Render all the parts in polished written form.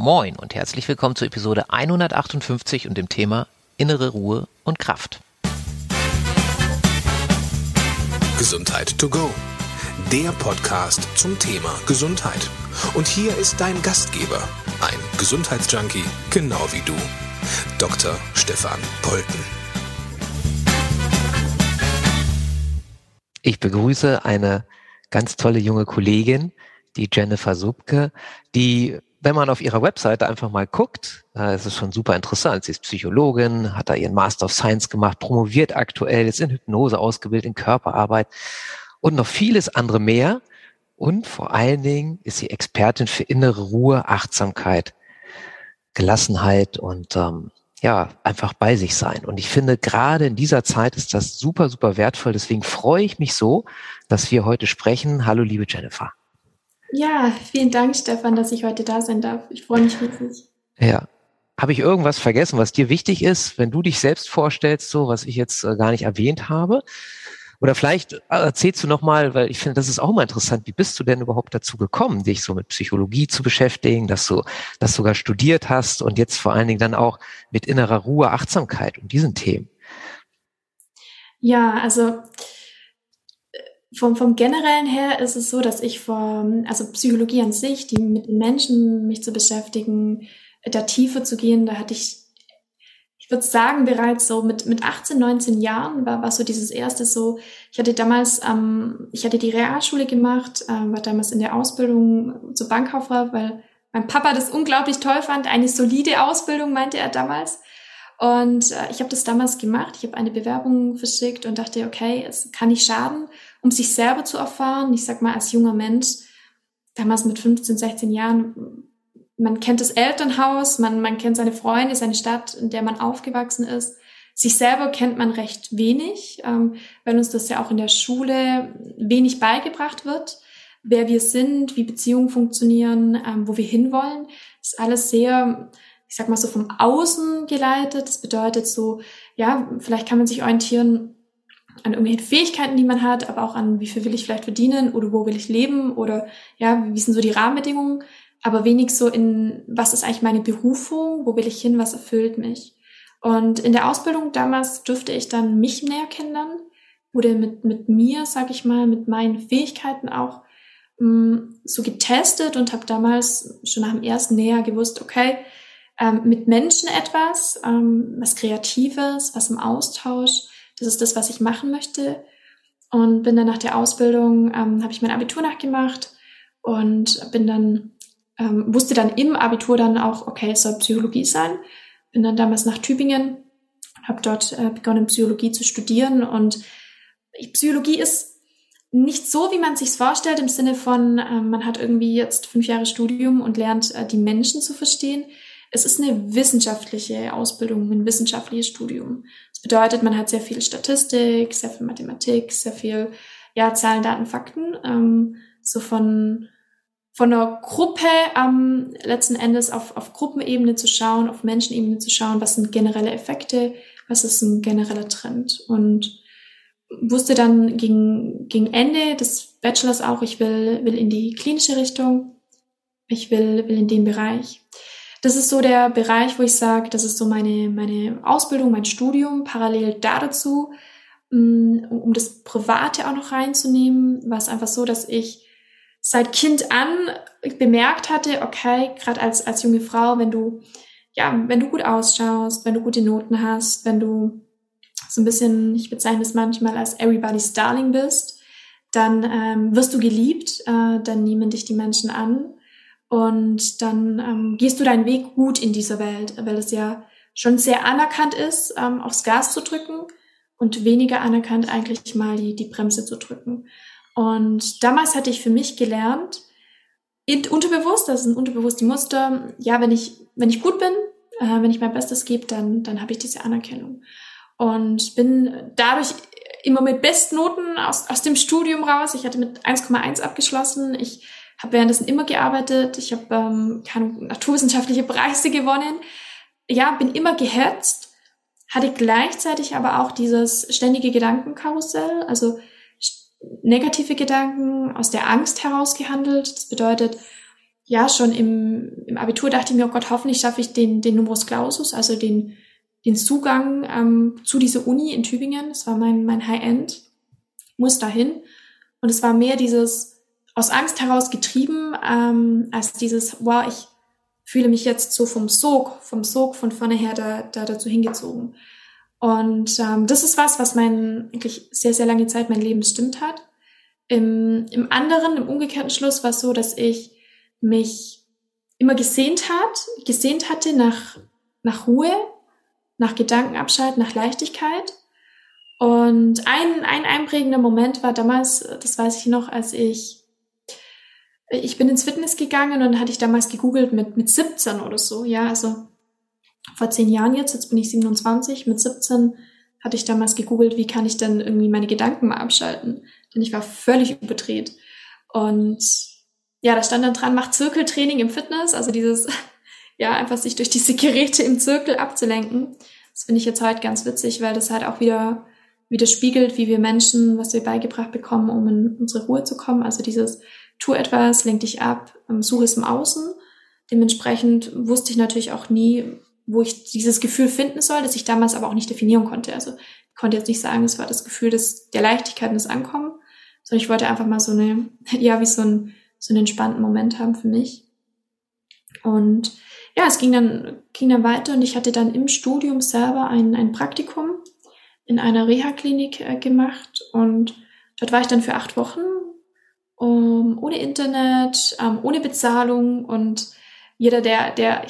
Moin und herzlich willkommen zur Episode 158 und dem Thema innere Ruhe und Kraft. Gesundheit to go, der Podcast zum Thema Gesundheit. Und hier ist dein Gastgeber, ein Gesundheitsjunkie, genau wie du, Dr. Stefan Polten. Ich begrüße eine ganz tolle junge Kollegin, die Jennifer Subke, die, wenn man auf ihrer Webseite einfach mal guckt, es ist schon super interessant. Sie ist Psychologin, hat da ihren Master of Science gemacht, promoviert aktuell, ist in Hypnose ausgebildet, in Körperarbeit und noch vieles andere mehr. Und vor allen Dingen ist sie Expertin für innere Ruhe, Achtsamkeit, Gelassenheit und einfach bei sich sein. Und ich finde, gerade in dieser Zeit ist das super, super wertvoll. Deswegen freue ich mich so, dass wir heute sprechen. Hallo, liebe Jennifer. Ja, vielen Dank, Stefan, dass ich heute da sein darf. Ich freue mich riesig. Ja. Habe ich irgendwas vergessen, was dir wichtig ist, wenn du dich selbst vorstellst, so was ich jetzt gar nicht erwähnt habe? Oder vielleicht erzählst du nochmal, weil ich finde, das ist auch mal interessant, wie bist du denn überhaupt dazu gekommen, dich so mit Psychologie zu beschäftigen, dass du das sogar studiert hast und jetzt vor allen Dingen dann auch mit innerer Ruhe, Achtsamkeit und diesen Themen? Ja, also vom Generellen her ist es so, dass ich Psychologie an sich, die mit den Menschen mich zu beschäftigen, da tiefer zu gehen, da hatte ich würde sagen, bereits so mit 18, 19 Jahren war so dieses erste so, ich hatte die Realschule gemacht, war damals in der Ausbildung zur Bankkauffrau, weil mein Papa das unglaublich toll fand, eine solide Ausbildung, meinte er damals. Und ich habe das damals gemacht, ich habe eine Bewerbung verschickt und dachte, okay, es kann nicht schaden, um sich selber zu erfahren. Ich sag mal, als junger Mensch, damals mit 15, 16 Jahren, man kennt das Elternhaus, man kennt seine Freunde, seine Stadt, in der man aufgewachsen ist. Sich selber kennt man recht wenig, weil uns das ja auch in der Schule wenig beigebracht wird. Wer wir sind, wie Beziehungen funktionieren, wo wir hinwollen, ist alles sehr, ich sag mal so vom Außen geleitet. Das bedeutet so, ja, vielleicht kann man sich orientieren an irgendwelchen Fähigkeiten, die man hat, aber auch an, wie viel will ich vielleicht verdienen oder wo will ich leben oder ja, wie sind so die Rahmenbedingungen. Aber wenig so in, was ist eigentlich meine Berufung, wo will ich hin, was erfüllt mich. Und in der Ausbildung damals durfte ich dann mich näher kennenlernen, wurde mit mir, sag ich mal, mit meinen Fähigkeiten auch so getestet und habe damals schon nach dem ersten näher gewusst, okay, mit Menschen etwas, was Kreatives, was im Austausch, das ist das, was ich machen möchte. Und bin dann nach der Ausbildung, habe ich mein Abitur nachgemacht und wusste dann im Abitur dann auch, okay, es soll Psychologie sein. Bin dann damals nach Tübingen, habe dort begonnen, Psychologie zu studieren. Und Psychologie ist nicht so, wie man es sich vorstellt, im Sinne von, man hat irgendwie jetzt 5 Jahre Studium und lernt, die Menschen zu verstehen. Es ist eine wissenschaftliche Ausbildung, ein wissenschaftliches Studium. Das bedeutet, man hat sehr viel Statistik, sehr viel Mathematik, sehr viel Zahlen, Daten, Fakten, so von einer Gruppe letzten Endes auf Gruppenebene zu schauen, auf Menschenebene zu schauen, was sind generelle Effekte, was ist ein genereller Trend. Und wusste dann gegen Ende des Bachelors auch, ich will in die klinische Richtung, ich will in den Bereich. Das ist so der Bereich, wo ich sage, das ist so meine Ausbildung, mein Studium, parallel dazu, um das Private auch noch reinzunehmen, war es einfach so, dass ich seit Kind an bemerkt hatte, okay, gerade als junge Frau, wenn du gut ausschaust, wenn du gute Noten hast, wenn du so ein bisschen, ich bezeichne es manchmal als everybody's darling bist, dann wirst du geliebt, dann nehmen dich die Menschen an und dann gehst du deinen Weg gut in dieser Welt, weil es ja schon sehr anerkannt ist, aufs Gas zu drücken und weniger anerkannt eigentlich mal die Bremse zu drücken. Und damals hatte ich für mich gelernt, unterbewusst, das sind unterbewusst die Muster, ja, wenn ich gut bin, wenn ich mein Bestes gebe, dann habe ich diese Anerkennung. Und bin dadurch immer mit Bestnoten aus dem Studium raus. Ich hatte mit 1,1 abgeschlossen. Ich habe währenddessen immer gearbeitet. Ich habe naturwissenschaftliche Preise gewonnen. Ja, bin immer gehetzt, hatte gleichzeitig aber auch dieses ständige Gedankenkarussell, also negative Gedanken aus der Angst heraus gehandelt. Das bedeutet, ja, schon im Abitur dachte ich mir, oh Gott, hoffentlich schaffe ich den Numerus Clausus, also den Zugang zu dieser Uni in Tübingen. Das war mein High-End, muss dahin. Und es war mehr dieses aus Angst heraus getrieben, als dieses, wow, ich fühle mich jetzt so vom Sog von vorne her dazu hingezogen. Und das ist was eigentlich sehr, sehr lange Zeit mein Leben bestimmt hat. Im umgekehrten Schluss war es so, dass ich mich immer gesehnt hatte nach Ruhe, nach Gedankenabschalten, nach Leichtigkeit. Und ein einprägender Moment war damals, das weiß ich noch, als ich bin ins Fitness gegangen und dann hatte ich damals gegoogelt mit 17 oder so, ja, also vor 10 Jahren jetzt bin ich 27, mit 17 hatte ich damals gegoogelt, wie kann ich denn irgendwie meine Gedanken mal abschalten, denn ich war völlig überdreht. Und ja, da stand dann dran, macht Zirkeltraining im Fitness, also dieses, ja, einfach sich durch diese Geräte im Zirkel abzulenken. Das finde ich jetzt heute ganz witzig, weil das halt auch widerspiegelt, wie wir Menschen, was wir beigebracht bekommen, um in unsere Ruhe zu kommen. Also dieses, tu etwas, lenk dich ab, suche es im Außen. Dementsprechend wusste ich natürlich auch nie, wo ich dieses Gefühl finden soll, das ich damals aber auch nicht definieren konnte. Also ich konnte jetzt nicht sagen, es war das Gefühl der Leichtigkeit und des Ankommen, sondern ich wollte einfach mal so einen entspannten Moment haben für mich. Und ja, es ging dann weiter und ich hatte dann im Studium selber ein Praktikum in einer Reha-Klinik gemacht und dort war ich dann für 8 Wochen ohne Internet, ohne Bezahlung und jeder, der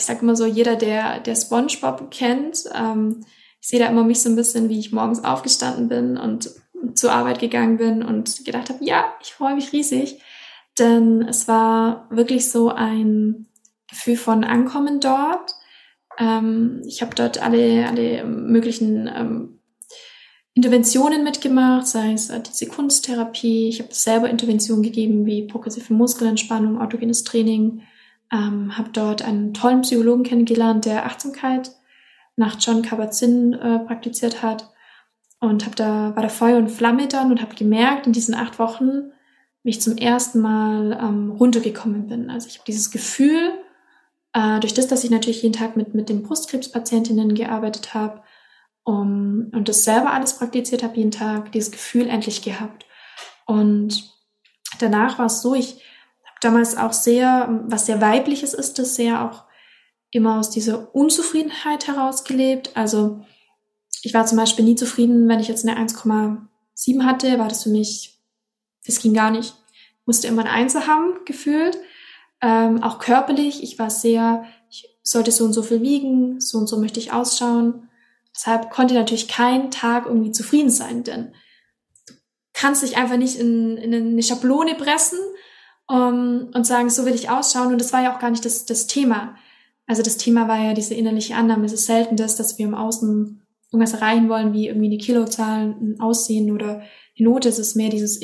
SpongeBob kennt, ich sehe da immer mich so ein bisschen, wie ich morgens aufgestanden bin und zur Arbeit gegangen bin und gedacht habe, ja, ich freue mich riesig, denn es war wirklich so ein Gefühl von Ankommen dort. Ich habe dort alle möglichen Interventionen mitgemacht, sei es diese Kunsttherapie. Ich habe selber Interventionen gegeben wie progressive Muskelentspannung, autogenes Training. Habe dort einen tollen Psychologen kennengelernt, der Achtsamkeit nach Jon Kabat-Zinn praktiziert hat und war da Feuer und Flamme dann und habe gemerkt in diesen 8 Wochen, wie ich zum ersten Mal runtergekommen bin. Also ich habe dieses Gefühl, durch das, dass ich natürlich jeden Tag mit den Brustkrebspatientinnen gearbeitet habe und das selber alles praktiziert habe jeden Tag, dieses Gefühl endlich gehabt. Und danach war es so, ich habe damals auch sehr, was sehr Weibliches ist, das sehr auch immer aus dieser Unzufriedenheit herausgelebt. Also ich war zum Beispiel nie zufrieden, wenn ich jetzt eine 1,7 hatte, war das für mich, das ging gar nicht. Ich musste immer eine 1 haben, gefühlt. Auch körperlich, ich sollte so und so viel wiegen, so und so möchte ich ausschauen. Deshalb konnte natürlich kein Tag irgendwie zufrieden sein, denn du kannst dich einfach nicht in eine Schablone pressen und sagen, so will ich ausschauen. Und das war ja auch gar nicht das Thema. Also das Thema war ja diese innerliche Annahme. Es ist selten dass wir im Außen irgendwas erreichen wollen, wie irgendwie eine Kilozahl, ein Aussehen oder eine Note. Es ist mehr diese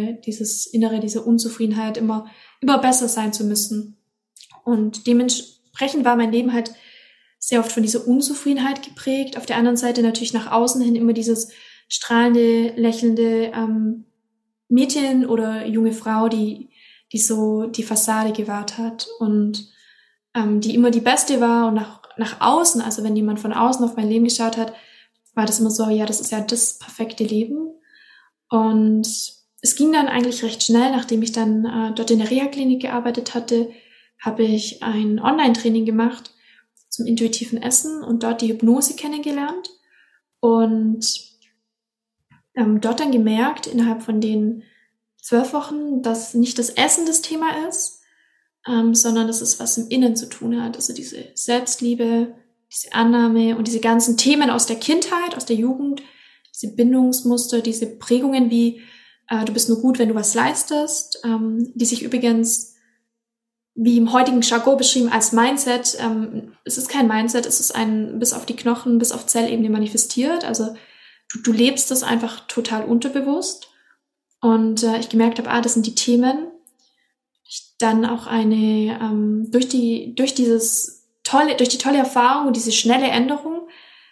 diese Unzufriedenheit, immer besser sein zu müssen. Und dementsprechend war mein Leben halt sehr oft von dieser Unzufriedenheit geprägt. Auf der anderen Seite natürlich nach außen hin immer dieses strahlende, lächelnde Mädchen oder junge Frau, die so die Fassade gewahrt hat und die immer die Beste war. Und nach außen, also wenn jemand von außen auf mein Leben geschaut hat, war das immer so, ja, das ist ja das perfekte Leben. Und es ging dann eigentlich recht schnell, nachdem ich dann dort in der Reha-Klinik gearbeitet hatte, habe ich ein Online-Training gemacht zum intuitiven Essen und dort die Hypnose kennengelernt und dort dann gemerkt, innerhalb von den 12 Wochen, dass nicht das Essen das Thema ist, sondern dass es was im Innen zu tun hat. Also diese Selbstliebe, diese Annahme und diese ganzen Themen aus der Kindheit, aus der Jugend, diese Bindungsmuster, diese Prägungen wie du bist nur gut, wenn du was leistest, die sich übrigens wie im heutigen Jargon beschrieben als Mindset. Es ist kein Mindset, es ist ein bis auf die Knochen, bis auf Zellebene manifestiert. Also du lebst das einfach total unterbewusst. Und ich gemerkt habe, das sind die Themen. Ich dann auch durch die tolle Erfahrung und diese schnelle Änderung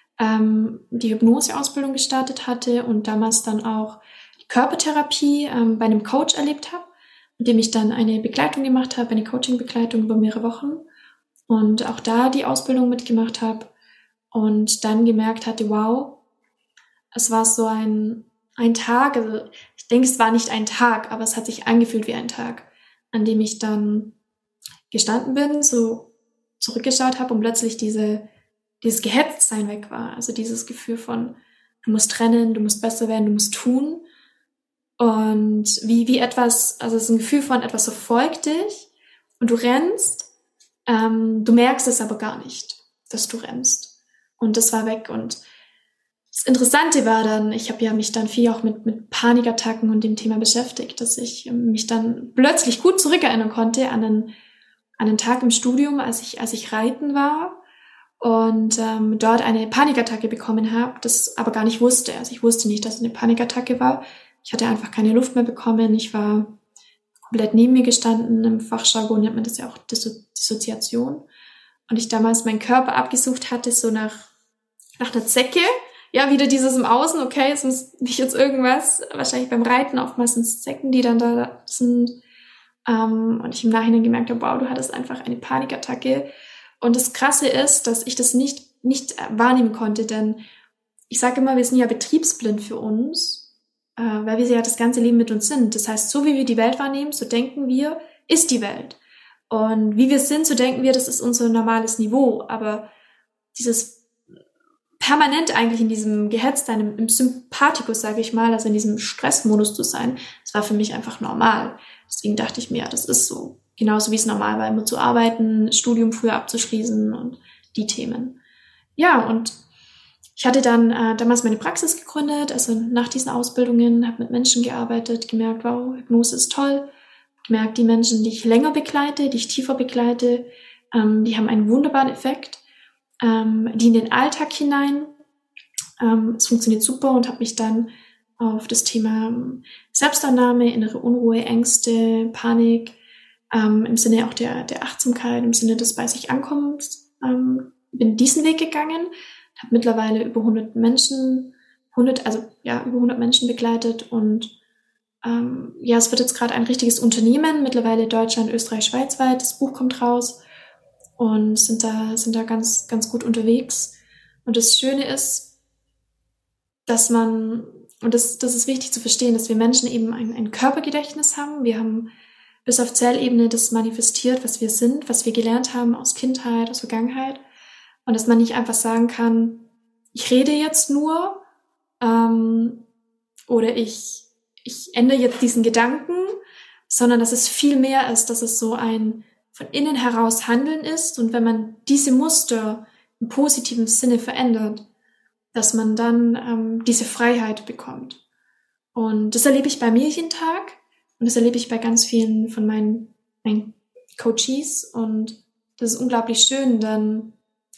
die Hypnoseausbildung gestartet hatte und damals dann auch die Körpertherapie bei einem Coach erlebt habe. in dem ich dann eine Begleitung gemacht habe, eine Coaching-Begleitung über mehrere Wochen und auch da die Ausbildung mitgemacht habe und dann gemerkt hatte, wow, es war so ein Tag, also ich denke, es war nicht ein Tag, aber es hat sich angefühlt wie ein Tag, an dem ich dann gestanden bin, so zurückgeschaut habe und plötzlich dieses Gehetztsein weg war. Also dieses Gefühl von, du musst trennen, du musst besser werden, du musst tun. Und wie etwas, also es ist ein Gefühl von, etwas verfolgt dich und du rennst, du merkst es aber gar nicht, dass du rennst. Und das war weg. Und das Interessante war dann, ich habe ja mich dann viel auch mit Panikattacken und dem Thema beschäftigt, dass ich mich dann plötzlich gut zurückerinnern konnte an einen Tag im Studium, als ich reiten war und dort eine Panikattacke bekommen habe, das aber gar nicht wusste. Also ich wusste nicht, dass es eine Panikattacke war. Ich hatte einfach keine Luft mehr bekommen. Ich war komplett neben mir gestanden. Im Fachjargon nennt man das ja auch Dissoziation. Und ich damals meinen Körper abgesucht hatte, so nach einer Zecke. Ja, wieder dieses im Außen, okay, es muss nicht jetzt irgendwas, wahrscheinlich beim Reiten oftmals sind es Zecken, die dann da sind. Und ich im Nachhinein gemerkt habe, wow, du hattest einfach eine Panikattacke. Und das Krasse ist, dass ich das nicht wahrnehmen konnte, denn ich sage immer, wir sind ja betriebsblind für uns, weil wir ja das ganze Leben mit uns sind. Das heißt, so wie wir die Welt wahrnehmen, so denken wir, ist die Welt. Und wie wir sind, so denken wir, das ist unser normales Niveau. Aber dieses permanent eigentlich in diesem Gehetztsein, im Sympathikus, sage ich mal, also in diesem Stressmodus zu sein, das war für mich einfach normal. Deswegen dachte ich mir, ja, das ist so. Genauso wie es normal war, immer zu arbeiten, Studium früher abzuschließen und die Themen. Ja, und ich hatte dann damals meine Praxis gegründet, also nach diesen Ausbildungen, habe mit Menschen gearbeitet, gemerkt, wow, Hypnose ist toll. Gemerkt, die Menschen, die ich länger begleite, die ich tiefer begleite, die haben einen wunderbaren Effekt, die in den Alltag hinein. Es funktioniert super und habe mich dann auf das Thema Selbstannahme, innere Unruhe, Ängste, Panik, im Sinne auch der Achtsamkeit, im Sinne des bei sich Ankommens, bin diesen Weg gegangen, habe mittlerweile über 100 Menschen begleitet und es wird jetzt gerade ein richtiges Unternehmen, mittlerweile Deutschland, Österreich, Schweiz weit, das Buch kommt raus und sind da ganz, ganz gut unterwegs. Und das Schöne ist, dass man, und das ist wichtig zu verstehen, dass wir Menschen eben ein Körpergedächtnis haben. Wir haben bis auf Zellebene das manifestiert, was wir sind, was wir gelernt haben aus Kindheit, aus Vergangenheit. Und dass man nicht einfach sagen kann, ich rede jetzt nur oder ich ändere jetzt diesen Gedanken, sondern dass es viel mehr ist, dass es so ein von innen heraus Handeln ist. Und wenn man diese Muster im positiven Sinne verändert, dass man dann diese Freiheit bekommt. Und das erlebe ich bei mir jeden Tag und das erlebe ich bei ganz vielen von meinen Coaches. Und das ist unglaublich schön, denn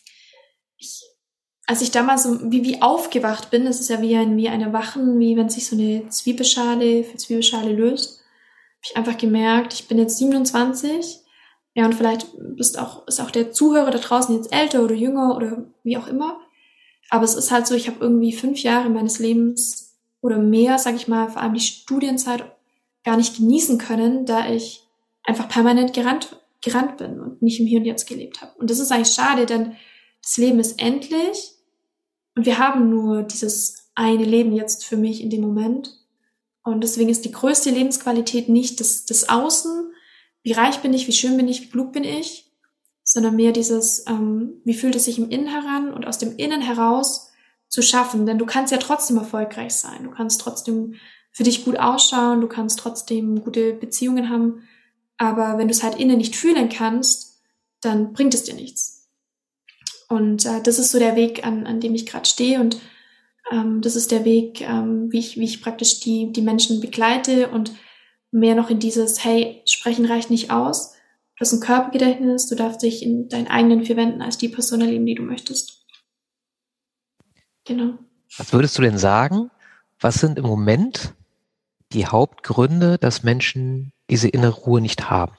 als ich damals so wie aufgewacht bin, das ist ja wie ein Erwachen, wie wenn sich so eine Zwiebelschale löst, habe ich einfach gemerkt, ich bin jetzt 27, ja, und vielleicht ist auch der Zuhörer da draußen jetzt älter oder jünger oder wie auch immer, aber es ist halt so, ich habe irgendwie 5 Jahre meines Lebens oder mehr, sage ich mal, vor allem die Studienzeit gar nicht genießen können, da ich einfach permanent gerannt bin und nicht im Hier und Jetzt gelebt habe. Und das ist eigentlich schade, denn das Leben ist endlich und wir haben nur dieses eine Leben jetzt für mich in dem Moment. Und deswegen ist die größte Lebensqualität nicht das Außen, wie reich bin ich, wie schön bin ich, wie klug bin ich, sondern mehr dieses, wie fühlt es sich im Innen heran und aus dem Innen heraus zu schaffen. Denn du kannst ja trotzdem erfolgreich sein, du kannst trotzdem für dich gut ausschauen, du kannst trotzdem gute Beziehungen haben, aber wenn du es halt innen nicht fühlen kannst, dann bringt es dir nichts. Und das ist so der Weg, an dem ich gerade stehe und das ist der Weg, wie ich praktisch die Menschen begleite und mehr noch in dieses, hey, sprechen reicht nicht aus, du hast ein Körpergedächtnis, du darfst dich in deinen eigenen 4 Wänden als die Person erleben, die du möchtest. Genau. Was würdest du denn sagen, was sind im Moment die Hauptgründe, dass Menschen diese innere Ruhe nicht haben?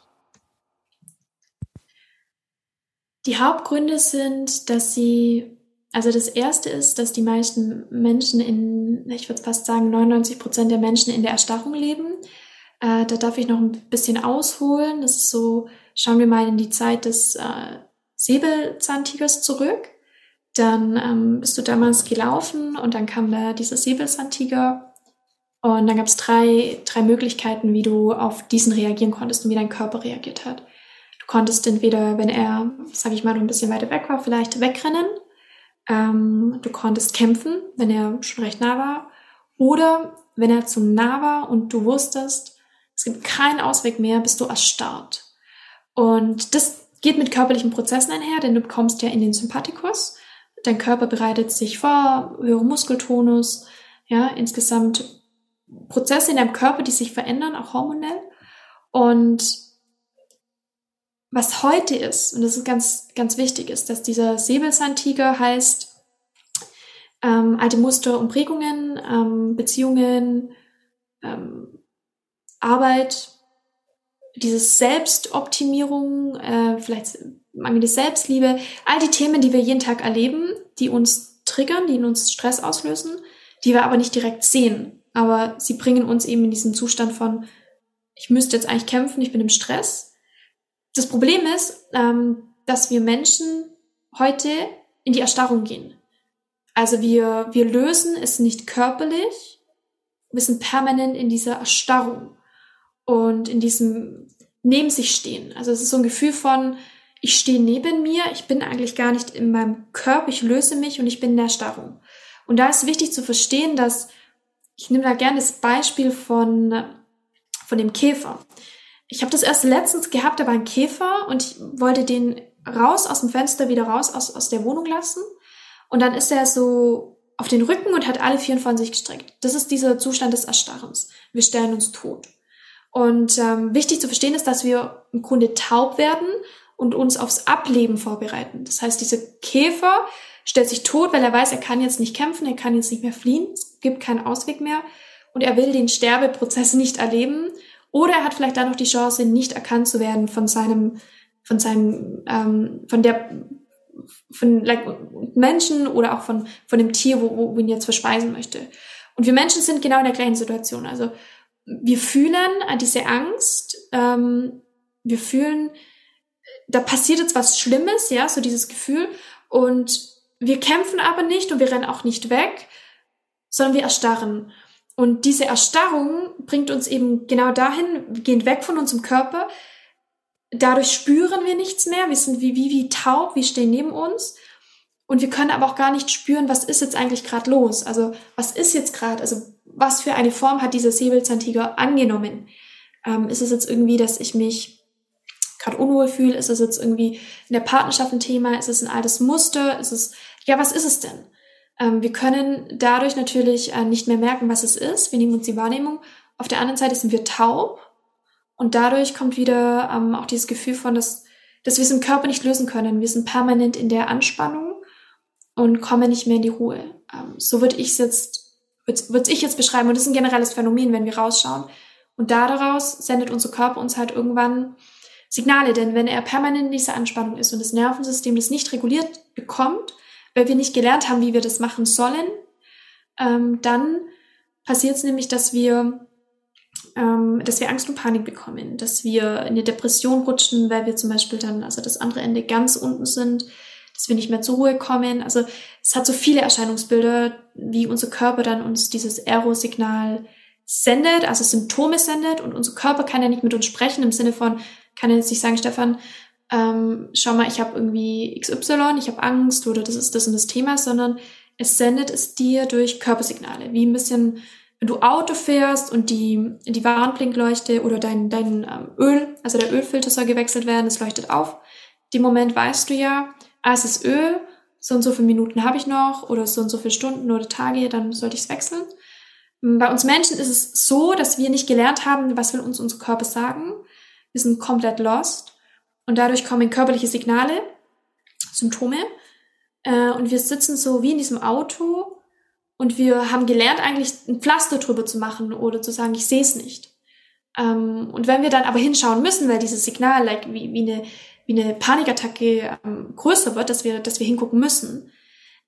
Die Hauptgründe sind, dass das erste ist, dass die meisten Menschen ich würde fast sagen 99% der Menschen in der Erstarrung leben. Da darf ich noch ein bisschen ausholen. Das ist so, schauen wir mal in die Zeit des Säbelzahntigers zurück. Dann bist du damals gelaufen und dann kam da dieser Säbelzahntiger und dann gab es drei Möglichkeiten, wie du auf diesen reagieren konntest und wie dein Körper reagiert hat. Du konntest entweder, wenn er, sag ich mal, noch ein bisschen weiter weg war, vielleicht wegrennen. Du konntest kämpfen, wenn er schon recht nah war. Oder wenn er zu nah war und du wusstest, es gibt keinen Ausweg mehr, bist du erstarrt. Und das geht mit körperlichen Prozessen einher, denn du kommst ja in den Sympathikus. Dein Körper bereitet sich vor, höherer Muskeltonus, ja, insgesamt Prozesse in deinem Körper, die sich verändern, auch hormonell. Und was heute ist, und das ist ganz, ganz wichtig, ist, dass dieser Säbelzahntiger heißt, alte Muster und Prägungen, Beziehungen, Arbeit, diese Selbstoptimierung, vielleicht mangelnde Selbstliebe, all die Themen, die wir jeden Tag erleben, die uns triggern, die in uns Stress auslösen, die wir aber nicht direkt sehen. Aber sie bringen uns eben in diesen Zustand von, ich müsste jetzt eigentlich kämpfen, ich bin im Stress. Das Problem ist, dass wir Menschen heute in die Erstarrung gehen. Also wir lösen es nicht körperlich, wir sind permanent in dieser Erstarrung und in diesem neben sich stehen. Also es ist so ein Gefühl von, ich stehe neben mir, ich bin eigentlich gar nicht in meinem Körper, ich löse mich und ich bin in der Erstarrung. Und da ist wichtig zu verstehen, dass, ich nehme da gerne das Beispiel von dem Käfer. Ich habe das erst letztens gehabt, da war ein Käfer und ich wollte den raus aus dem Fenster, wieder raus aus der Wohnung lassen. Und dann ist er so auf den Rücken und hat alle 4 von sich gestreckt. Das ist dieser Zustand des Erstarrens. Wir stellen uns tot. Und wichtig zu verstehen ist, dass wir im Grunde taub werden und uns aufs Ableben vorbereiten. Das heißt, dieser Käfer stellt sich tot, weil er weiß, er kann jetzt nicht kämpfen, er kann jetzt nicht mehr fliehen, es gibt keinen Ausweg mehr und er will den Sterbeprozess nicht erleben. Oder er hat vielleicht dann noch die Chance, nicht erkannt zu werden von Menschen oder auch von dem Tier, wo ihn jetzt verspeisen möchte. Und wir Menschen sind genau in der gleichen Situation. Also wir fühlen diese Angst, wir fühlen, da passiert jetzt was Schlimmes, ja, so dieses Gefühl. Und wir kämpfen aber nicht und wir rennen auch nicht weg, sondern wir erstarren. Und diese Erstarrung bringt uns eben genau dahin, wir gehen weg von unserem Körper. Dadurch spüren wir nichts mehr. Wir sind wie taub, wir stehen neben uns. Und wir können aber auch gar nicht spüren, was ist jetzt eigentlich gerade los? Also was ist jetzt gerade? Also was für eine Form hat dieser Säbelzahntiger angenommen? Ist es jetzt irgendwie, dass ich mich gerade unwohl fühle? Ist es jetzt irgendwie in der Partnerschaft ein Thema? Ist es ein altes Muster? Was ist es denn? Wir können dadurch natürlich nicht mehr merken, was es ist. Wir nehmen uns die Wahrnehmung. Auf der anderen Seite sind wir taub. Und dadurch kommt wieder auch dieses Gefühl von, dass wir es im Körper nicht lösen können. Wir sind permanent in der Anspannung und kommen nicht mehr in die Ruhe. So würde ich es jetzt beschreiben. Und das ist ein generelles Phänomen, wenn wir rausschauen. Und daraus sendet unser Körper uns halt irgendwann Signale. Denn wenn er permanent in dieser Anspannung ist und das Nervensystem das nicht reguliert bekommt, weil wir nicht gelernt haben, wie wir das machen sollen, dann passiert es nämlich, dass wir Angst und Panik bekommen, dass wir in eine Depression rutschen, weil wir zum Beispiel dann, also das andere Ende ganz unten sind, dass wir nicht mehr zur Ruhe kommen. Also es hat so viele Erscheinungsbilder, wie unser Körper dann uns dieses Error-Signal sendet, also Symptome sendet und unser Körper kann ja nicht mit uns sprechen, im Sinne von, kann er jetzt nicht sagen, Stefan, schau mal, ich habe irgendwie XY, ich habe Angst oder das ist das und das Thema, sondern es sendet es dir durch Körpersignale, wie ein bisschen, wenn du Auto fährst und die Warnblinkleuchte oder dein Öl, also der Ölfilter soll gewechselt werden, es leuchtet auf. In dem Moment weißt du ja, es ist Öl, so und so viele Minuten habe ich noch oder so und so viele Stunden oder Tage, dann sollte ich es wechseln. Bei uns Menschen ist es so, dass wir nicht gelernt haben, was will uns unser Körper sagen. Wir sind komplett lost. Und dadurch kommen körperliche Signale, Symptome. Und wir sitzen so wie in diesem Auto und wir haben gelernt, eigentlich ein Pflaster drüber zu machen oder zu sagen, ich sehe es nicht. Und wenn wir dann aber hinschauen müssen, weil dieses Signal wie eine Panikattacke größer wird, dass wir hingucken müssen,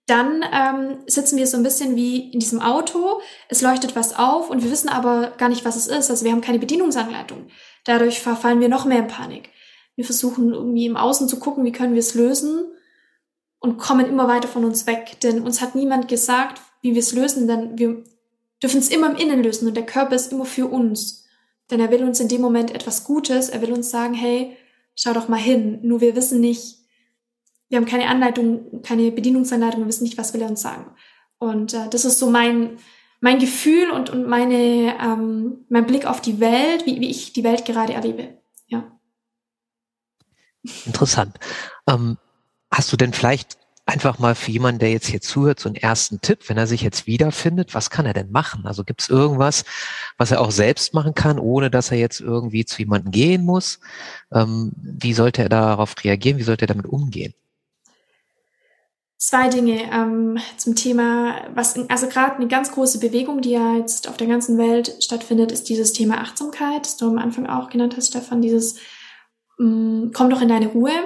dann sitzen wir so ein bisschen wie in diesem Auto, es leuchtet was auf und wir wissen aber gar nicht, was es ist. Also wir haben keine Bedienungsanleitung. Dadurch verfallen wir noch mehr in Panik. Wir versuchen irgendwie im Außen zu gucken, wie können wir es lösen und kommen immer weiter von uns weg. Denn uns hat niemand gesagt, wie wir es lösen, denn wir dürfen es immer im Innen lösen und der Körper ist immer für uns. Denn er will uns in dem Moment etwas Gutes, er will uns sagen, hey, schau doch mal hin. Nur wir wissen nicht, wir haben keine Anleitung, keine Bedienungsanleitung, wir wissen nicht, was will er uns sagen. Und das ist so mein Gefühl und mein Blick auf die Welt, wie ich die Welt gerade erlebe. Ja. Interessant. Hast du denn vielleicht einfach mal für jemanden, der jetzt hier zuhört, so einen ersten Tipp, wenn er sich jetzt wiederfindet, was kann er denn machen? Also gibt es irgendwas, was er auch selbst machen kann, ohne dass er jetzt irgendwie zu jemandem gehen muss? Wie sollte er darauf reagieren? Wie sollte er damit umgehen? 2 Dinge zum Thema, also gerade eine ganz große Bewegung, die ja jetzt auf der ganzen Welt stattfindet, ist dieses Thema Achtsamkeit, das du am Anfang auch genannt hast, Stefan, dieses komm doch in deine Ruhe.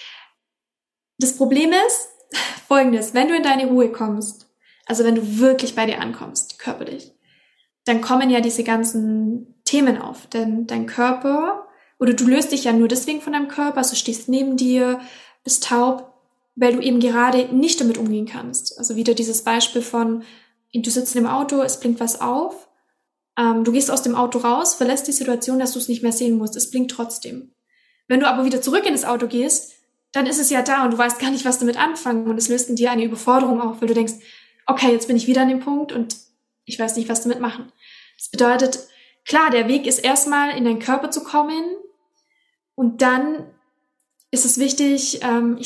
Das Problem ist Folgendes, wenn du in deine Ruhe kommst, also wenn du wirklich bei dir ankommst, körperlich, dann kommen ja diese ganzen Themen auf, denn dein Körper, oder du löst dich ja nur deswegen von deinem Körper, also stehst neben dir, bist taub, weil du eben gerade nicht damit umgehen kannst. Also wieder dieses Beispiel von, du sitzt im Auto, es blinkt was auf, du gehst aus dem Auto raus, verlässt die Situation, dass du es nicht mehr sehen musst, es blinkt trotzdem. Wenn du aber wieder zurück in das Auto gehst, dann ist es ja da und du weißt gar nicht, was damit anfangen und es löst in dir eine Überforderung auf, weil du denkst, okay, jetzt bin ich wieder an dem Punkt und ich weiß nicht, was damit machen. Das bedeutet, klar, der Weg ist erstmal in deinen Körper zu kommen und dann ist es wichtig,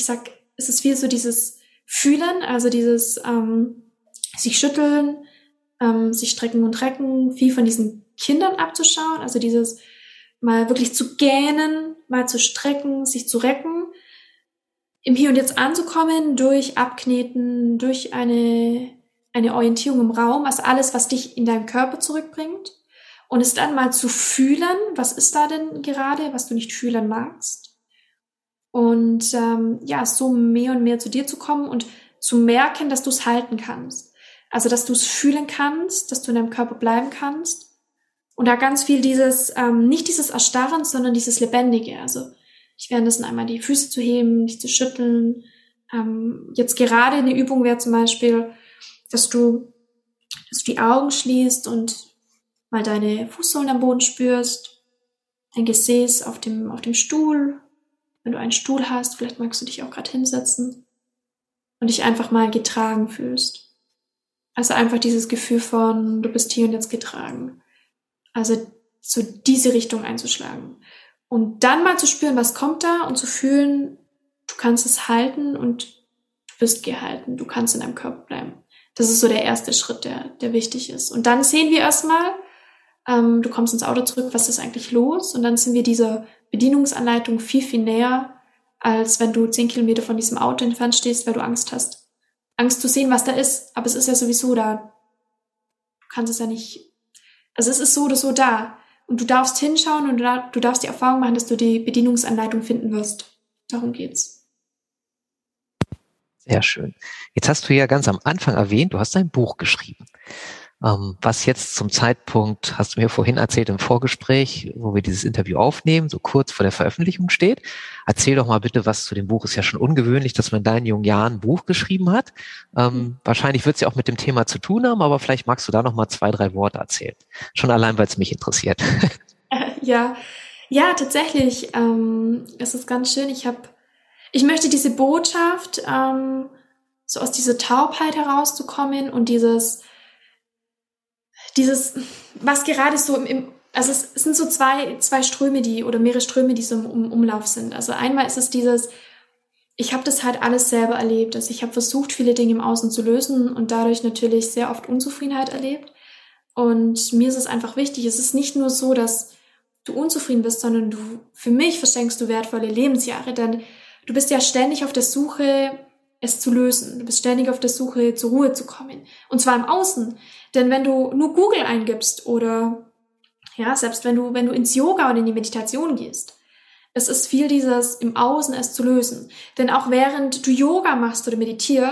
es ist viel so dieses Fühlen, also dieses sich schütteln, sich strecken und recken, viel von diesen Kindern abzuschauen, also dieses mal wirklich zu gähnen, mal zu strecken, sich zu recken, im Hier und Jetzt anzukommen, durch Abkneten, durch eine Orientierung im Raum, also alles, was dich in deinen Körper zurückbringt und es dann mal zu fühlen, was ist da denn gerade, was du nicht fühlen magst und so mehr und mehr zu dir zu kommen und zu merken, dass du es halten kannst, also dass du es fühlen kannst, dass du in deinem Körper bleiben kannst und da ganz viel dieses, nicht dieses Erstarren, sondern dieses Lebendige, also ich währenddessen einmal die Füße zu heben, dich zu schütteln. Jetzt gerade eine Übung wäre zum Beispiel, dass du die Augen schließt und mal deine Fußsohlen am Boden spürst, dein Gesäß auf dem Stuhl. Wenn du einen Stuhl hast, vielleicht magst du dich auch gerade hinsetzen und dich einfach mal getragen fühlst. Also einfach dieses Gefühl von, du bist hier und jetzt getragen. Also so diese Richtung einzuschlagen. Und dann mal zu spüren, was kommt da und zu fühlen, du kannst es halten und du bist gehalten, du kannst in deinem Körper bleiben. Das ist so der erste Schritt, der wichtig ist. Und dann sehen wir erstmal, du kommst ins Auto zurück, was ist eigentlich los? Und dann sind wir dieser Bedienungsanleitung viel, viel näher, als wenn du 10 Kilometer von diesem Auto entfernt stehst, weil du Angst hast. Angst zu sehen, was da ist, aber es ist ja sowieso da. Du kannst es ja nicht, also es ist so oder so da. Und du darfst hinschauen und du darfst die Erfahrung machen, dass du die Bedienungsanleitung finden wirst. Darum geht's. Sehr schön. Jetzt hast du ja ganz am Anfang erwähnt, du hast ein Buch geschrieben. Was jetzt zum Zeitpunkt, hast du mir vorhin erzählt im Vorgespräch, wo wir dieses Interview aufnehmen, so kurz vor der Veröffentlichung steht. Erzähl doch mal bitte was zu dem Buch. Ist ja schon ungewöhnlich, dass man in deinen jungen Jahren ein Buch geschrieben hat. Wahrscheinlich wird es ja auch mit dem Thema zu tun haben, aber vielleicht magst du da noch mal 2, 3 Worte erzählen. Schon allein, weil es mich interessiert. Ja, tatsächlich. Es ist ganz schön. Ich möchte diese Botschaft, so aus dieser Taubheit herauszukommen und dieses, was gerade so also es sind so zwei Ströme, oder mehrere Ströme, die so im Umlauf sind. Also einmal ist es dieses, ich habe das halt alles selber erlebt. Also ich habe versucht, viele Dinge im Außen zu lösen und dadurch natürlich sehr oft Unzufriedenheit erlebt. Und mir ist es einfach wichtig, es ist nicht nur so, dass du unzufrieden bist, sondern für mich verschenkst du wertvolle Lebensjahre, denn du bist ja ständig auf der Suche, es zu lösen. Du bist ständig auf der Suche, zur Ruhe zu kommen. Und zwar im Außen. Denn wenn du nur Google eingibst oder selbst wenn du ins Yoga oder in die Meditation gehst, es ist viel dieses im Außen es zu lösen. Denn auch während du Yoga machst oder meditierst,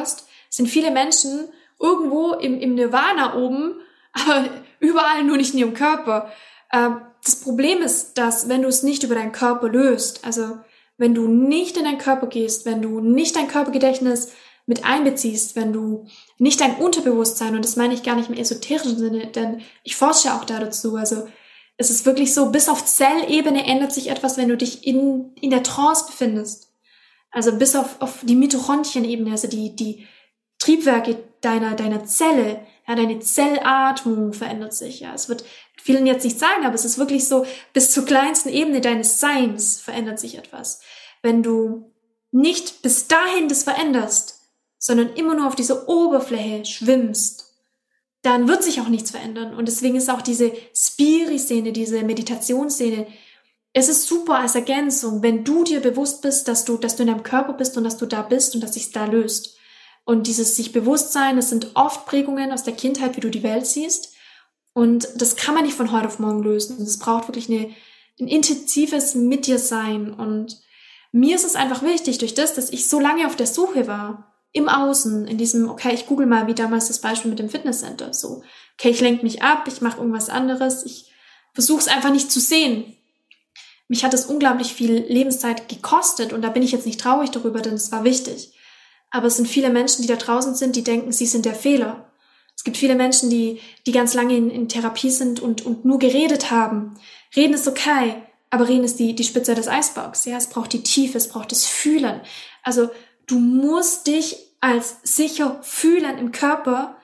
sind viele Menschen irgendwo im Nirvana oben, aber überall nur nicht in ihrem Körper. Das Problem ist, dass wenn du es nicht über deinen Körper löst, also wenn du nicht in deinen Körper gehst, wenn du nicht dein Körpergedächtnis mit einbeziehst, wenn du nicht dein Unterbewusstsein, und das meine ich gar nicht im esoterischen Sinne, denn ich forsche auch da dazu, also es ist wirklich so, bis auf Zellebene ändert sich etwas, wenn du dich in der Trance befindest. Also bis auf die Mitochondrienebene, also die Triebwerke deiner Zelle, ja, deine Zellatmung verändert sich. Ja, es wird vielen jetzt nicht sagen, aber es ist wirklich so, bis zur kleinsten Ebene deines Seins verändert sich etwas. Wenn du nicht bis dahin das veränderst, sondern immer nur auf dieser Oberfläche schwimmst, dann wird sich auch nichts verändern. Und deswegen ist auch diese Spiri-Szene, diese Meditationsszene, es ist super als Ergänzung, wenn du dir bewusst bist, dass du in deinem Körper bist und dass du da bist und dass sich's da löst. Und dieses sich bewusst sein, das sind oft Prägungen aus der Kindheit, wie du die Welt siehst. Und das kann man nicht von heute auf morgen lösen. Es braucht wirklich ein intensives Mit dir sein. Und mir ist es einfach wichtig, durch das, dass ich so lange auf der Suche war, im Außen, in diesem, okay, ich google mal, wie damals das Beispiel mit dem Fitnesscenter, so, okay, ich lenke mich ab, ich mache irgendwas anderes, ich versuche es einfach nicht zu sehen. Mich hat es unglaublich viel Lebenszeit gekostet und da bin ich jetzt nicht traurig darüber, denn es war wichtig. Aber es sind viele Menschen, die da draußen sind, die denken, sie sind der Fehler. Es gibt viele Menschen, die ganz lange in Therapie sind und nur geredet haben. Reden ist okay, aber reden ist die Spitze des Eisbergs. Ja, es braucht die Tiefe, es braucht das Fühlen. Also du musst dich als sicher fühlen im Körper,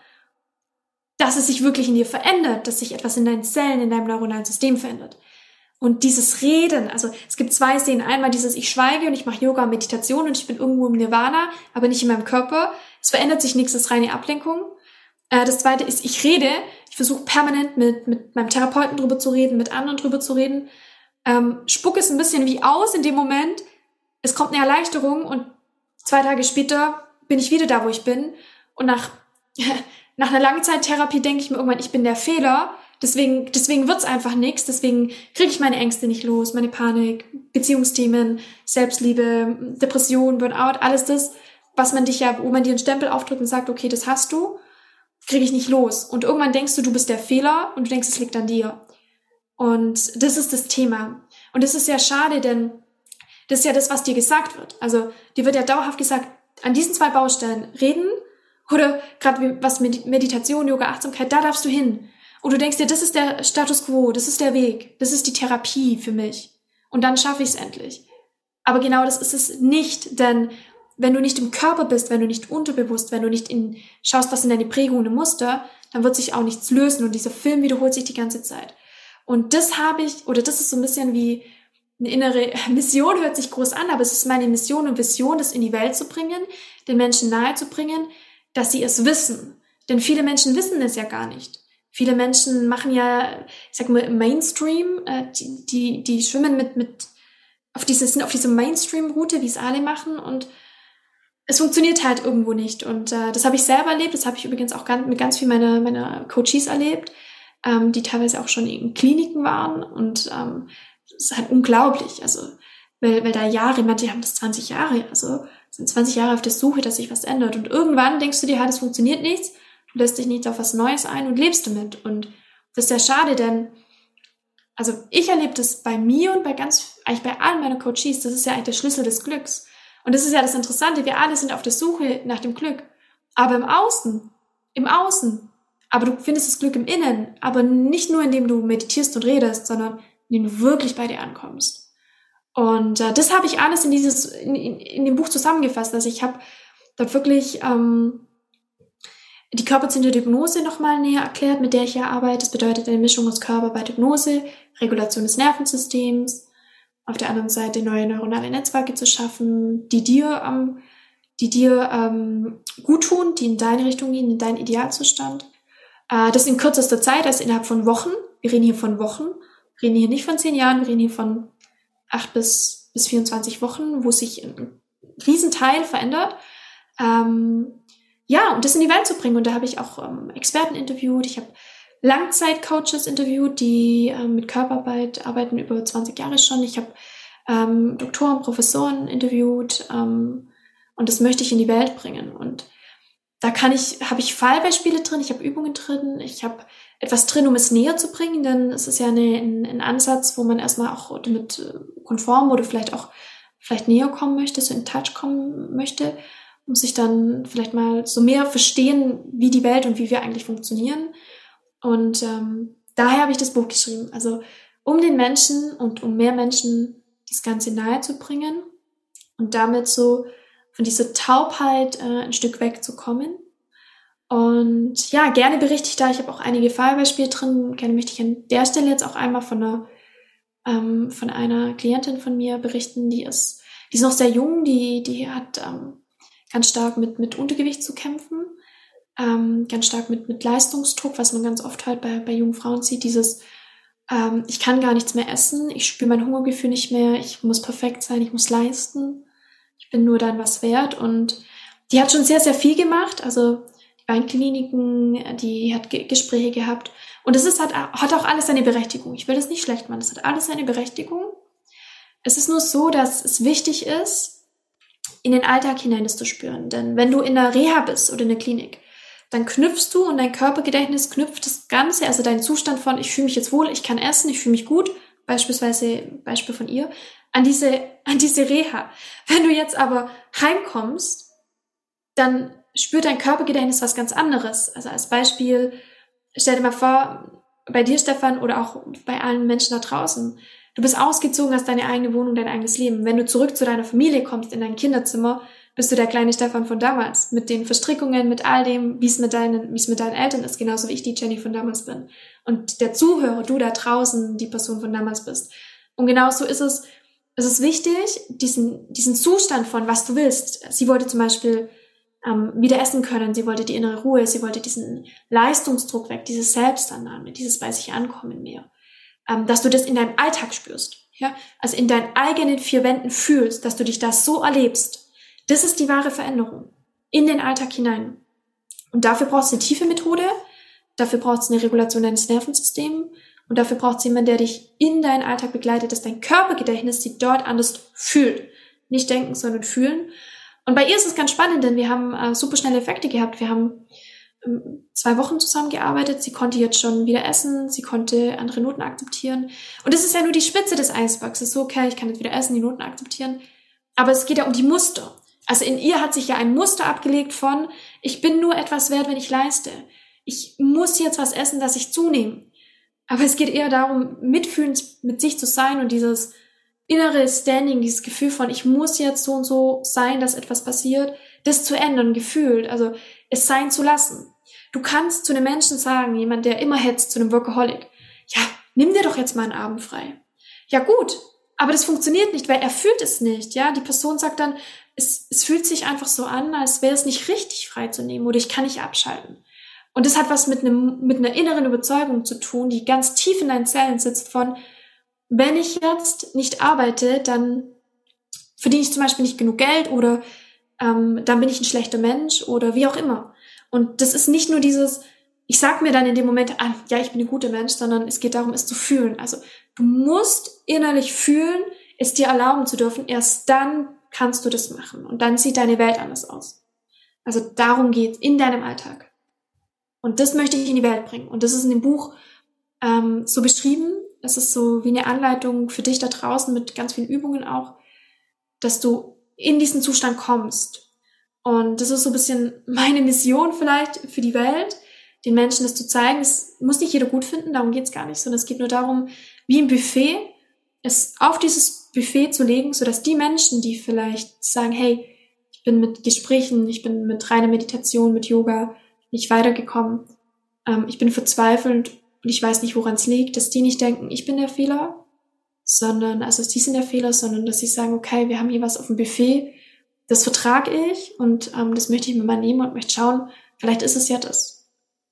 dass es sich wirklich in dir verändert, dass sich etwas in deinen Zellen, in deinem neuronalen System verändert. Und dieses Reden, also es gibt zwei Szenen. Einmal dieses, ich schweige und ich mache Yoga und Meditation und ich bin irgendwo im Nirvana, aber nicht in meinem Körper. Es verändert sich nichts, das ist reine Ablenkung. Das zweite ist, ich rede, ich versuche permanent mit meinem Therapeuten drüber zu reden, mit anderen drüber zu reden. Spuck es ein bisschen wie aus in dem Moment. Es kommt eine Erleichterung und 2 Tage später bin ich wieder da, wo ich bin. Und nach einer Langzeittherapie denke ich mir irgendwann, ich bin der Fehler. Deswegen wird's einfach nichts. Deswegen kriege ich meine Ängste nicht los, meine Panik, Beziehungsthemen, Selbstliebe, Depression, Burnout, alles das, wo man dir einen Stempel aufdrückt und sagt, okay, das hast du, kriege ich nicht los. Und irgendwann denkst du bist der Fehler und du denkst, es liegt an dir. Und das ist das Thema. Und das ist ja schade, denn das ist ja das, was dir gesagt wird. Also dir wird ja dauerhaft gesagt, an diesen 2 Baustellen reden oder gerade was mit Meditation, Yoga, Achtsamkeit, da darfst du hin. Und du denkst dir, das ist der Status quo, das ist der Weg, das ist die Therapie für mich. Und dann schaffe ich es endlich. Aber genau das ist es nicht, denn wenn du nicht im Körper bist, wenn du nicht unterbewusst, wenn du nicht schaust, was sind deine Prägungen und Muster, dann wird sich auch nichts lösen und dieser Film wiederholt sich die ganze Zeit. Und das das ist so ein bisschen wie eine innere Mission, hört sich groß an, aber es ist meine Mission und Vision, das in die Welt zu bringen, den Menschen nahe zu bringen, dass sie es wissen. Denn viele Menschen wissen es ja gar nicht. Viele Menschen machen ja, ich sag mal, Mainstream, die schwimmen sind auf dieser Mainstream-Route, wie es alle machen, und es funktioniert halt irgendwo nicht. Und das habe ich selber erlebt, das habe ich übrigens auch mit ganz viel meiner Coaches erlebt, die teilweise auch schon in Kliniken waren. Und das ist halt unglaublich, also weil da Jahre, manche haben das 20 Jahre, also sind 20 Jahre auf der Suche, dass sich was ändert. Und irgendwann denkst du dir, das funktioniert nichts, du lässt dich nicht auf was Neues ein und lebst damit. Und das ist ja schade, denn also ich erlebe das bei mir und eigentlich bei allen meiner Coaches, das ist ja eigentlich der Schlüssel des Glücks. Und das ist ja das Interessante, wir alle sind auf der Suche nach dem Glück. Aber im Außen. Aber du findest das Glück im Innen, aber nicht nur, indem du meditierst und redest, sondern indem du wirklich bei dir ankommst. Und das habe ich alles in dem Buch zusammengefasst. Also ich habe dort wirklich die körperzentrierte Hypnose nochmal näher erklärt, mit der ich ja arbeite. Das bedeutet eine Mischung aus Körperarbeit, Hypnose, Regulation des Nervensystems, auf der anderen Seite neue neuronale Netzwerke zu schaffen, die dir gut tun, die in deine Richtung gehen, in deinen Idealzustand. Das in kürzester Zeit, also innerhalb von Wochen. Wir reden hier von Wochen. Wir reden hier nicht von 10 Jahren, wir reden hier von 8 bis 24 Wochen, wo sich ein Riesenteil verändert. Und das in die Welt zu bringen. Und da habe ich auch Experten interviewt. Ich habe Langzeitcoaches interviewt, die mit Körperarbeit arbeiten über 20 Jahre schon. Ich habe Doktoren, Professoren interviewt. Und das möchte ich in die Welt bringen. Und habe ich Fallbeispiele drin, ich habe Übungen drin, ich habe etwas drin, um es näher zu bringen, denn es ist ja ein Ansatz, wo man erstmal auch damit konform oder vielleicht näher kommen möchte, so in Touch kommen möchte, um sich dann vielleicht mal so mehr verstehen, wie die Welt und wie wir eigentlich funktionieren. Und daher habe ich das Buch geschrieben. Also um den Menschen und um mehr Menschen das Ganze nahe zu bringen und damit so von dieser Taubheit ein Stück wegzukommen. Und ja, gerne berichte ich da. Ich habe auch einige Fallbeispiele drin. Gerne möchte ich an der Stelle jetzt auch einmal von einer Klientin von mir berichten. Die ist noch sehr jung. Die hat ganz stark mit Untergewicht zu kämpfen. Ganz stark mit Leistungsdruck, was man ganz oft halt bei jungen Frauen sieht. Dieses, ich kann gar nichts mehr essen. Ich spüre mein Hungergefühl nicht mehr. Ich muss perfekt sein. Ich muss leisten. Ich bin nur dann was wert. Und die hat schon sehr, sehr viel gemacht. Also die Weinkliniken, die hat Gespräche gehabt. Und es hat auch alles seine Berechtigung. Ich will das nicht schlecht machen. Es hat alles seine Berechtigung. Es ist nur so, dass es wichtig ist, in den Alltag hinein das zu spüren. Denn wenn du in der Reha bist oder in der Klinik, dann knüpfst du und dein Körpergedächtnis knüpft das Ganze, also deinen Zustand von, ich fühle mich jetzt wohl, ich kann essen, ich fühle mich gut, Beispiel von ihr, an diese Reha. Wenn du jetzt aber heimkommst, dann spürt dein Körpergedächtnis was ganz anderes. Also als Beispiel, stell dir mal vor, bei dir, Stefan, oder auch bei allen Menschen da draußen, du bist ausgezogen, hast deine eigene Wohnung, dein eigenes Leben. Wenn du zurück zu deiner Familie kommst, in dein Kinderzimmer, bist du der kleine Stefan von damals. Mit den Verstrickungen, mit all dem, wie es mit deinen Eltern ist, genauso wie ich die Jenny von damals bin. Und der Zuhörer, du da draußen, die Person von damals bist. Und genauso ist es ist wichtig, diesen Zustand von, was du willst. Sie wollte zum Beispiel wieder essen können, sie wollte die innere Ruhe, sie wollte diesen Leistungsdruck weg, dieses Selbstannahme, dieses bei sich ankommen mehr. Dass du das in deinem Alltag spürst. Ja? Also in deinen eigenen vier Wänden fühlst, dass du dich da so erlebst. Das ist die wahre Veränderung. In den Alltag hinein. Und dafür brauchst du eine tiefe Methode, dafür brauchst du eine Regulation deines Nervensystems und dafür braucht es jemanden, der dich in deinen Alltag begleitet, dass dein Körpergedächtnis sich dort anders fühlt. Nicht denken, sondern fühlen. Und bei ihr ist es ganz spannend, denn wir haben super schnelle Effekte gehabt. Wir haben 2 Wochen zusammengearbeitet. Sie konnte jetzt schon wieder essen. Sie konnte andere Noten akzeptieren. Und das ist ja nur die Spitze des Eisbergs. Es ist so, okay, ich kann jetzt wieder essen, die Noten akzeptieren. Aber es geht ja um die Muster. Also in ihr hat sich ja ein Muster abgelegt von, ich bin nur etwas wert, wenn ich leiste. Ich muss jetzt was essen, dass ich zunehme. Aber es geht eher darum, mitfühlend mit sich zu sein und dieses innere Standing, dieses Gefühl von, ich muss jetzt so und so sein, dass etwas passiert, das zu ändern, gefühlt, also es sein zu lassen. Du kannst zu einem Menschen sagen, jemand, der immer hetzt, zu einem Workaholic, ja, nimm dir doch jetzt mal einen Abend frei. Ja gut, aber das funktioniert nicht, weil er fühlt es nicht, ja. Die Person sagt dann, es fühlt sich einfach so an, als wäre es nicht richtig frei zu nehmen oder ich kann nicht abschalten. Und das hat was mit einer inneren Überzeugung zu tun, die ganz tief in deinen Zellen sitzt von, wenn ich jetzt nicht arbeite, dann verdiene ich zum Beispiel nicht genug Geld oder dann bin ich ein schlechter Mensch oder wie auch immer. Und das ist nicht nur dieses, ich sag mir dann in dem Moment, ja, ich bin ein guter Mensch, sondern es geht darum, es zu fühlen. Also du musst innerlich fühlen, es dir erlauben zu dürfen, erst dann kannst du das machen. Und dann sieht deine Welt anders aus. Also darum geht's in deinem Alltag. Und das möchte ich in die Welt bringen. Und das ist in dem Buch so beschrieben. Das ist so wie eine Anleitung für dich da draußen mit ganz vielen Übungen auch, dass du in diesen Zustand kommst. Und das ist so ein bisschen meine Mission vielleicht für die Welt, den Menschen das zu zeigen. Es muss nicht jeder gut finden, darum geht's gar nicht, sondern es geht nur darum, wie ein Buffet, es auf dieses Buffet zu legen, sodass die Menschen, die vielleicht sagen, hey, ich bin mit Gesprächen, ich bin mit reiner Meditation, mit Yoga nicht weitergekommen, ich bin verzweifelt und ich weiß nicht, woran es liegt, dass die nicht denken, ich bin der Fehler, sondern, also die sind der Fehler, sondern dass sie sagen, okay, wir haben hier was auf dem Buffet, das vertrage ich und das möchte ich mir mal nehmen und möchte schauen, vielleicht ist es ja das.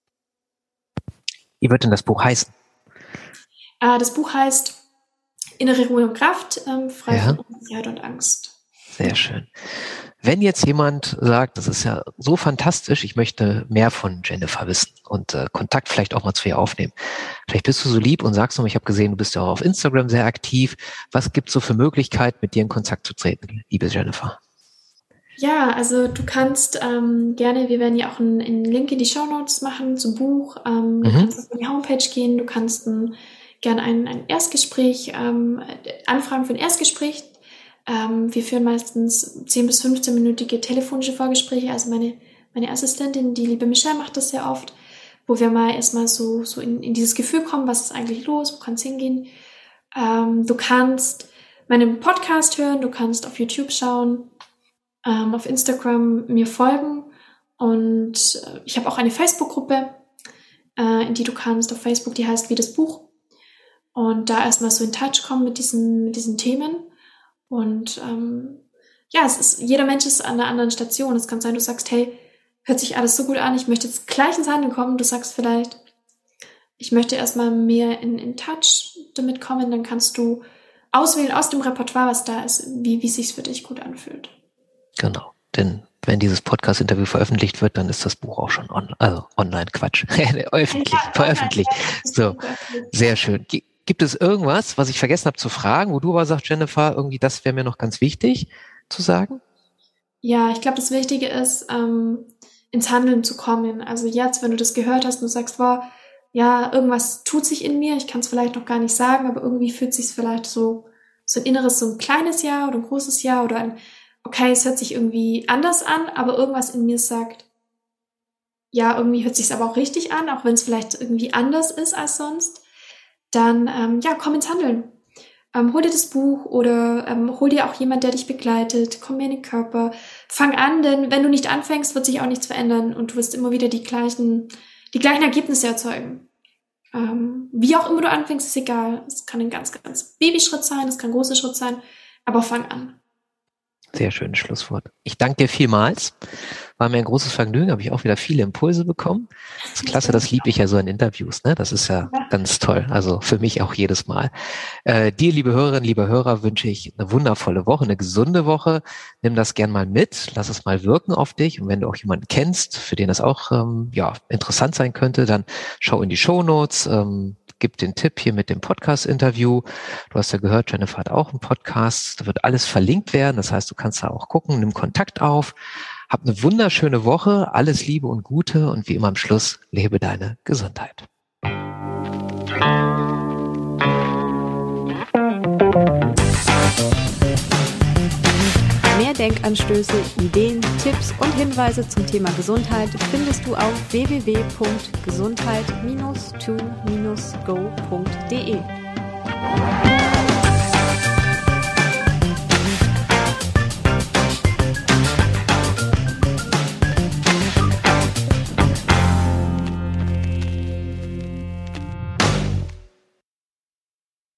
Wie wird denn das Buch heißen? Das Buch heißt Innere Ruhe und Kraft, frei von Unsicherheit und Angst. Sehr schön. Wenn jetzt jemand sagt, das ist ja so fantastisch, ich möchte mehr von Jennifer wissen und Kontakt vielleicht auch mal zu ihr aufnehmen. Vielleicht bist du so lieb und sagst noch, ich habe gesehen, du bist ja auch auf Instagram sehr aktiv. Was gibt es so für Möglichkeiten, mit dir in Kontakt zu treten, liebe Jennifer? Ja, also du kannst gerne, wir werden ja auch einen Link in die Shownotes machen zum Buch. Du kannst auf die Homepage gehen, du kannst gerne ein Erstgespräch anfragen für ein Erstgespräch. Wir führen meistens 10 bis 15-minütige telefonische Vorgespräche. Also meine Assistentin, die liebe Michelle, macht das sehr oft, wo wir mal erstmal so in dieses Gefühl kommen, was ist eigentlich los, wo kann es hingehen. Du kannst meinen Podcast hören, du kannst auf YouTube schauen, auf Instagram mir folgen und ich habe auch eine Facebook-Gruppe, in die du kannst auf Facebook, die heißt Wie das Buch, und da erstmal so in Touch kommen mit diesen Themen. Und jeder Mensch ist an einer anderen Station. Es kann sein, du sagst, hey, hört sich alles so gut an, ich möchte jetzt gleich ins Handeln kommen. Du sagst vielleicht, ich möchte erstmal mehr in Touch damit kommen. Dann kannst du auswählen aus dem Repertoire, was da ist, wie sich's für dich gut anfühlt. Genau, denn wenn dieses Podcast-Interview veröffentlicht wird, dann ist das Buch auch schon online, Quatsch, veröffentlicht. So, sehr schön. Gibt es irgendwas, was ich vergessen habe zu fragen, wo du aber sagst, Jennifer, irgendwie das wäre mir noch ganz wichtig zu sagen? Ja, ich glaube, das Wichtige ist, ins Handeln zu kommen. Also jetzt, wenn du das gehört hast und du sagst, wow, ja, irgendwas tut sich in mir, ich kann es vielleicht noch gar nicht sagen, aber irgendwie fühlt sich vielleicht so ein inneres, so ein kleines Ja oder ein großes Ja oder okay, es hört sich irgendwie anders an, aber irgendwas in mir sagt, ja, irgendwie hört sich es aber auch richtig an, auch wenn es vielleicht irgendwie anders ist als sonst, dann, komm ins Handeln. Hol dir das Buch oder hol dir auch jemand, der dich begleitet, komm mehr in den Körper, fang an, denn wenn du nicht anfängst, wird sich auch nichts verändern und du wirst immer wieder die gleichen Ergebnisse erzeugen. Wie auch immer du anfängst, ist egal. Es kann ein ganz, ganz Babyschritt sein, es kann ein großer Schritt sein, aber fang an. Sehr schönes Schlusswort. Ich danke dir vielmals. War mir ein großes Vergnügen, habe ich auch wieder viele Impulse bekommen. Das ist klasse, das liebe ich ja so in Interviews, ne? Das ist ja ganz toll. Also für mich auch jedes Mal. Dir, liebe Hörerinnen, liebe Hörer, wünsche ich eine wundervolle Woche, eine gesunde Woche. Nimm das gern mal mit, lass es mal wirken auf dich. Und wenn du auch jemanden kennst, für den das auch interessant sein könnte, dann schau in die Shownotes, gib den Tipp hier mit dem Podcast-Interview. Du hast ja gehört, Jennifer hat auch einen Podcast. Da wird alles verlinkt werden. Das heißt, du kannst da auch gucken, nimm Kontakt auf. Hab eine wunderschöne Woche. Alles Liebe und Gute. Und wie immer am Schluss, lebe deine Gesundheit. Mehr Denkanstöße, Ideen, Tipps und Hinweise zum Thema Gesundheit findest du auf www.gesundheit-to-go.de.